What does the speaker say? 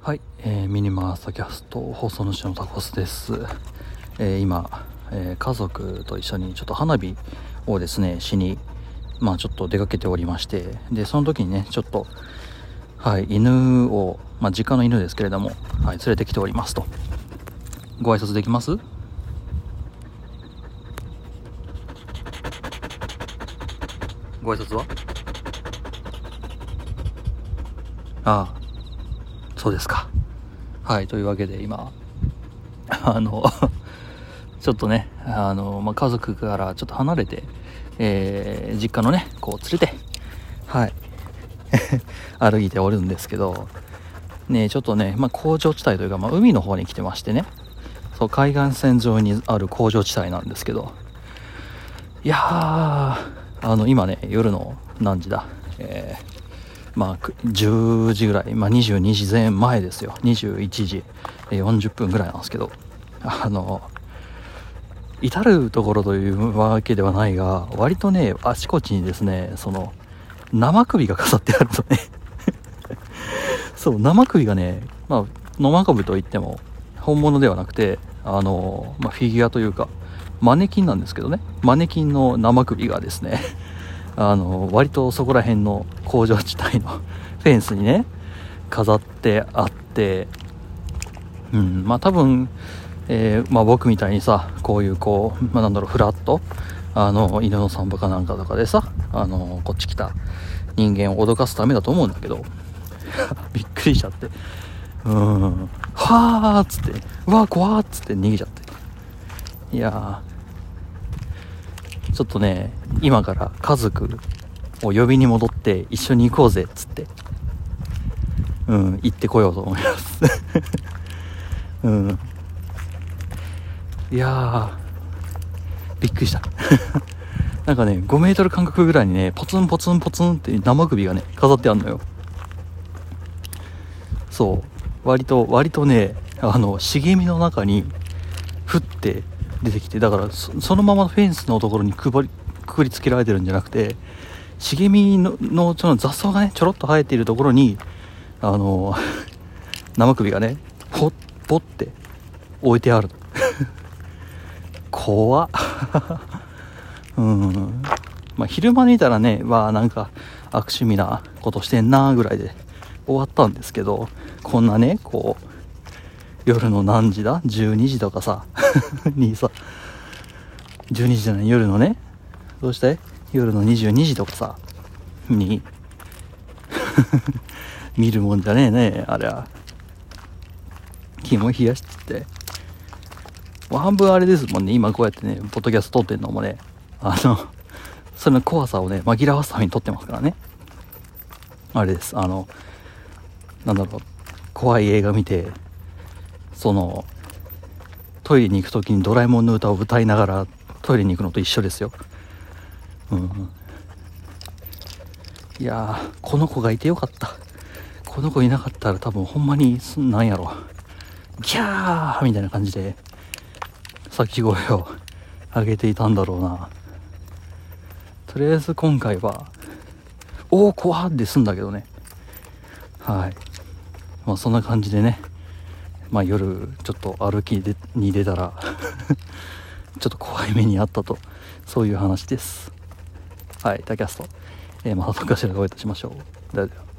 はい、ミニマーサキャスト放送主のタコスです。今、家族と一緒にちょっと花火をですねしにちょっと出かけておりまして、でその時にねちょっと犬を、実家の犬ですけれども、連れてきておりますと。ご挨拶できます？ご挨拶は？ああ、そうですか。はい、というわけで今ちょっとね家族からちょっと離れて、実家のねこう連れて歩いておるんですけどね、ちょっとね、工場地帯というか、海の方に来てましてね、そう海岸線沿いにある工場地帯なんですけど、いやー今ね夜の何時だ、10時ぐらい、22時前ですよ。21時40分ぐらいなんですけど、至るところというわけではないが、割とねあちこちにですねその生首が飾ってあるとねそう生首がね、生首といっても本物ではなくてフィギュアというかマネキンなんですけどね、マネキンの生首がですね割とそこら辺の工場地帯のフェンスにね飾ってあって、多分、僕みたいにさこういうフラット犬の散歩かなんかとかでさこっち来た人間を脅かすためだと思うんだけどびっくりしちゃって、はーっつって、うわ怖っつって逃げちゃって、いやーちょっとね今から家族を呼びに戻って一緒に行こうぜっつって行ってこようと思いますいやーびっくりしたなんかね5メートル間隔ぐらいにねポツンポツンポツンって生首がね飾ってあるのよ。そう割とね茂みの中にふって出てきて、だからそのままフェンスのところにくくりつけられてるんじゃなくて、茂みのその雑草がねちょろっと生えているところに生首がねポって置いてある怖っ昼間にいたらねなんか悪趣味なことしてんなぐらいで終わったんですけど、こんなねこう夜の何時だ12時とかさにさ12時じゃない夜のねどうして夜の22時とかさに見るもんじゃねえねあれは。肝冷やしつって半分あれですもんね、今こうやってねポッドキャスト撮ってんのもねその怖さをね紛らわすために撮ってますからね。あれです怖い映画見てトイレに行く時にドラえもんの歌を歌いながらトイレに行くのと一緒ですよ。いやーこの子がいてよかった。この子いなかったら多分ほんまになんやろギャーみたいな感じで叫び声を上げていたんだろうな。とりあえず今回は怖って済んだけどね。そんな感じでね夜ちょっと歩きに出たらちょっと怖い目にあったと、そういう話です。タキャスト、またどっかしらでお会いいたしましょう。